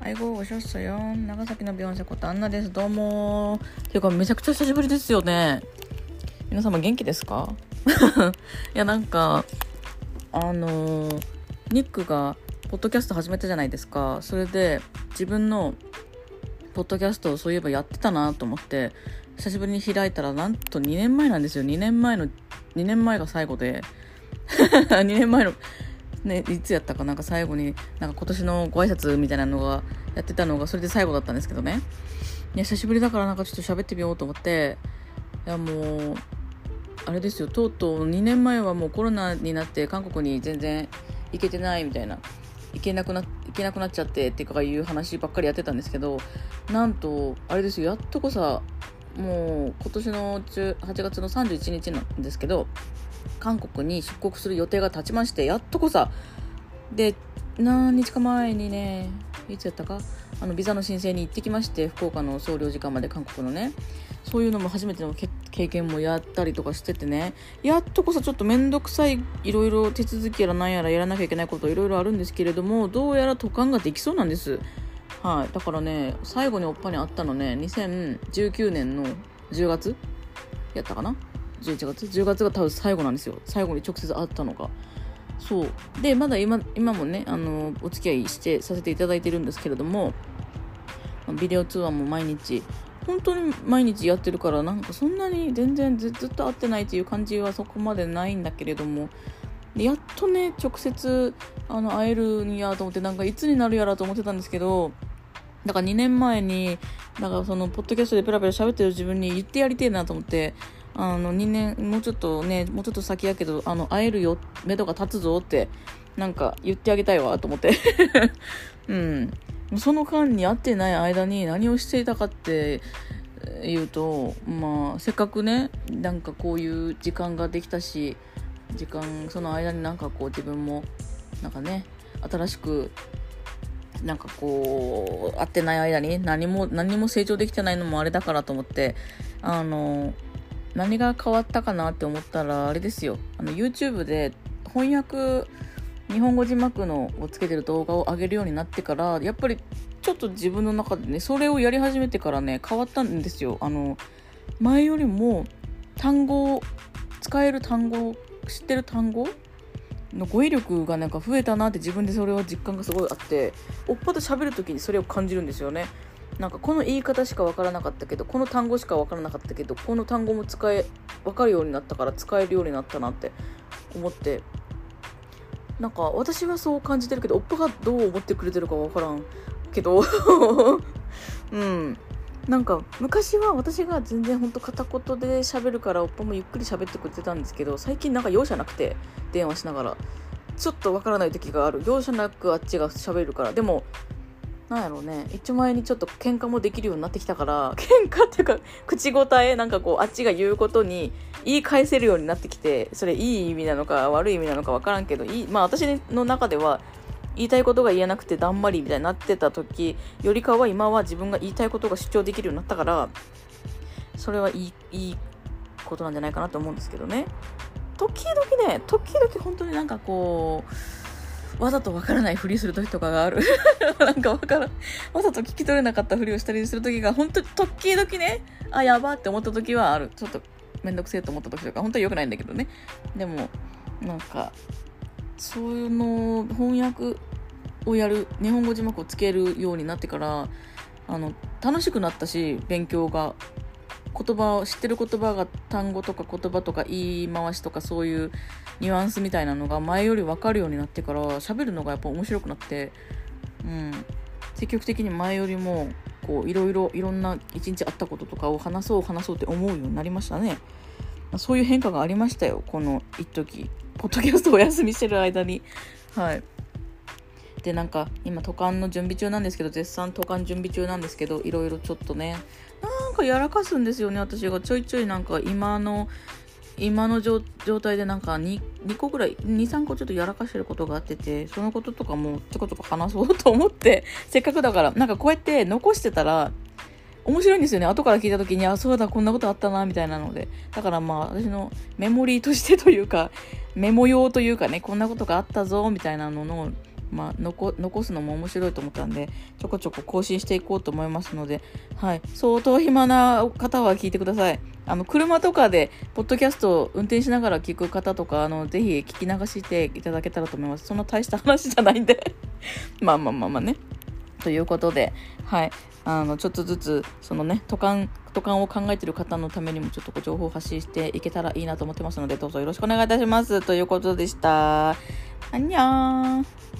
아이고 오셨어요.長崎のビヨンセことアンナです。どうも。ていうかめちゃくちゃ久しぶりですよね。皆様元気ですか？いやなんかニックがポッドキャスト始めたじゃないですか。それで自分のポッドキャストをそういえばやってたなと思って久しぶりに開いたらなんと2年前なんですよ。2年前が最後で2年前のね、いつやったかなんか最後になんか今年のご挨拶みたいなのがやってたのがそれで最後だったんですけどね。いや久しぶりだからなんかちょっと喋ってみようと思って、いやもうあれですよ、とうとう2年前はもうコロナになって韓国に全然行けてないみたいな、行けなくなっちゃってっていう話ばっかりやってたんですけど、なんとあれですよ、やっとこさもう今年の8月の31日なんですけど、韓国に出国する予定が立ちまして、やっとこさで何日か前にね、いつやったかビザの申請に行ってきまして、福岡の総領事館まで韓国のね、そういうのも初めての経験もやったりとかしててね、やっとこそちょっとめんどくさいいろいろ手続きやらなんやらやらなきゃいけないこといろいろあるんですけれども、どうやら渡韓ができそうなんです。はい、だからね、最後におっぱに会ったのね2019年の10月やったかな、11月10月が多分最後なんですよ。最後に直接会ったのがそうで、まだ今もねお付き合いさせていただいてるんですけれども、ビデオ通話も本当に毎日やってるから、なんかそんなに全然ずっと会ってないっていう感じはそこまでないんだけれども、やっとね直接会えるんやと思って、なんかいつになるやらと思ってたんですけど、だから2年前にだからそのポッドキャストでペラペラ喋ってる自分に言ってやりてえなと思って、2年もうちょっと先やけど会えるよ、目処が立つぞってなんか言ってあげたいわと思ってうんその間に会ってない間に何をしていたかっていうと、まあせっかくねなんかこういう時間ができたし、その間になんかこう自分もなんかね新しくなんかこう会ってない間に何も成長できてないのもあれだからと思って、何が変わったかなって思ったらあれですよ、YouTube で翻訳日本語字幕のをつけてる動画を上げるようになってから、やっぱりちょっと自分の中でねそれをやり始めてからね変わったんですよ。前よりも使える単語、知ってる単語の語彙力がなんか増えたなって自分でそれは実感がすごいあって、おっぱと喋るときにそれを感じるんですよね。なんかこの言い方しか分からなかったけど、この単語しか分からなかったけど、この単語も分かるようになったから使えるようになったなって思って、なんか私はそう感じてるけど、おっぱがどう思ってくれてるか分からんけどうんなんか昔は私が全然ほんと片言で喋るからおっぱもゆっくり喋ってくれてたんですけど、最近なんか容赦なくて電話しながらちょっとわからない時がある。容赦なくあっちが喋るから、でもなんやろうね、一丁前にちょっと喧嘩もできるようになってきたから、喧嘩っていうか口答えなんかこうあっちが言うことに言い返せるようになってきて、それいい意味なのか悪い意味なのかわからんけど、まあ私の中では言いたいことが言えなくてだんまりみたいになってた時よりかは、今は自分が言いたいことが主張できるようになったから、それはいいことなんじゃないかなと思うんですけどね。時々本当になんかこうわざとわからないふりする時とかがあるなんかわざと聞き取れなかったふりをしたりする時が本当に時々ね、やばって思った時はある。ちょっとめんどくせえと思った時とか、本当に良くないんだけどね。でもなんかそういうの翻訳をやる、日本語字幕をつけるようになってから楽しくなったし、勉強が知ってる言葉が単語とか言葉とか言い回しとかそういうニュアンスみたいなのが前より分かるようになってから、喋るのがやっぱ面白くなって、積極的に前よりもこういろんな一日あったこととかを話そうって思うようになりましたね。そういう変化がありましたよ、この一時ポッドキャストをお休みしてる間に。はいでなんか今渡韓の準備中なんですけど、絶賛渡韓準備中なんですけど、いろいろちょっとねなんかやらかすんですよね。私がちょいちょいなんか今の状態でなんか2個ぐらい 2,3 個ちょっとやらかしてることがあってて、そのこととかもちょこちょこ話そうと思ってせっかくだからなんかこうやって残してたら面白いんですよね。後から聞いた時にそうだこんなことあったなみたいなので、だからまあ私のメモリーとしてというかメモ用というかね、こんなことがあったぞみたいなのの残すのも面白いと思ったんで、ちょこちょこ更新していこうと思いますので、はい、相当暇な方は聞いてください。車とかでポッドキャストを運転しながら聞く方とか、ぜひ聞き流していただけたらと思います。そんな大した話じゃないんでまあね、ということで、はい、ちょっとずつそのね渡韓を考えている方のためにもちょっと情報を発信していけたらいいなと思ってますので、どうぞよろしくお願いいたしますということでした。アンニャーン。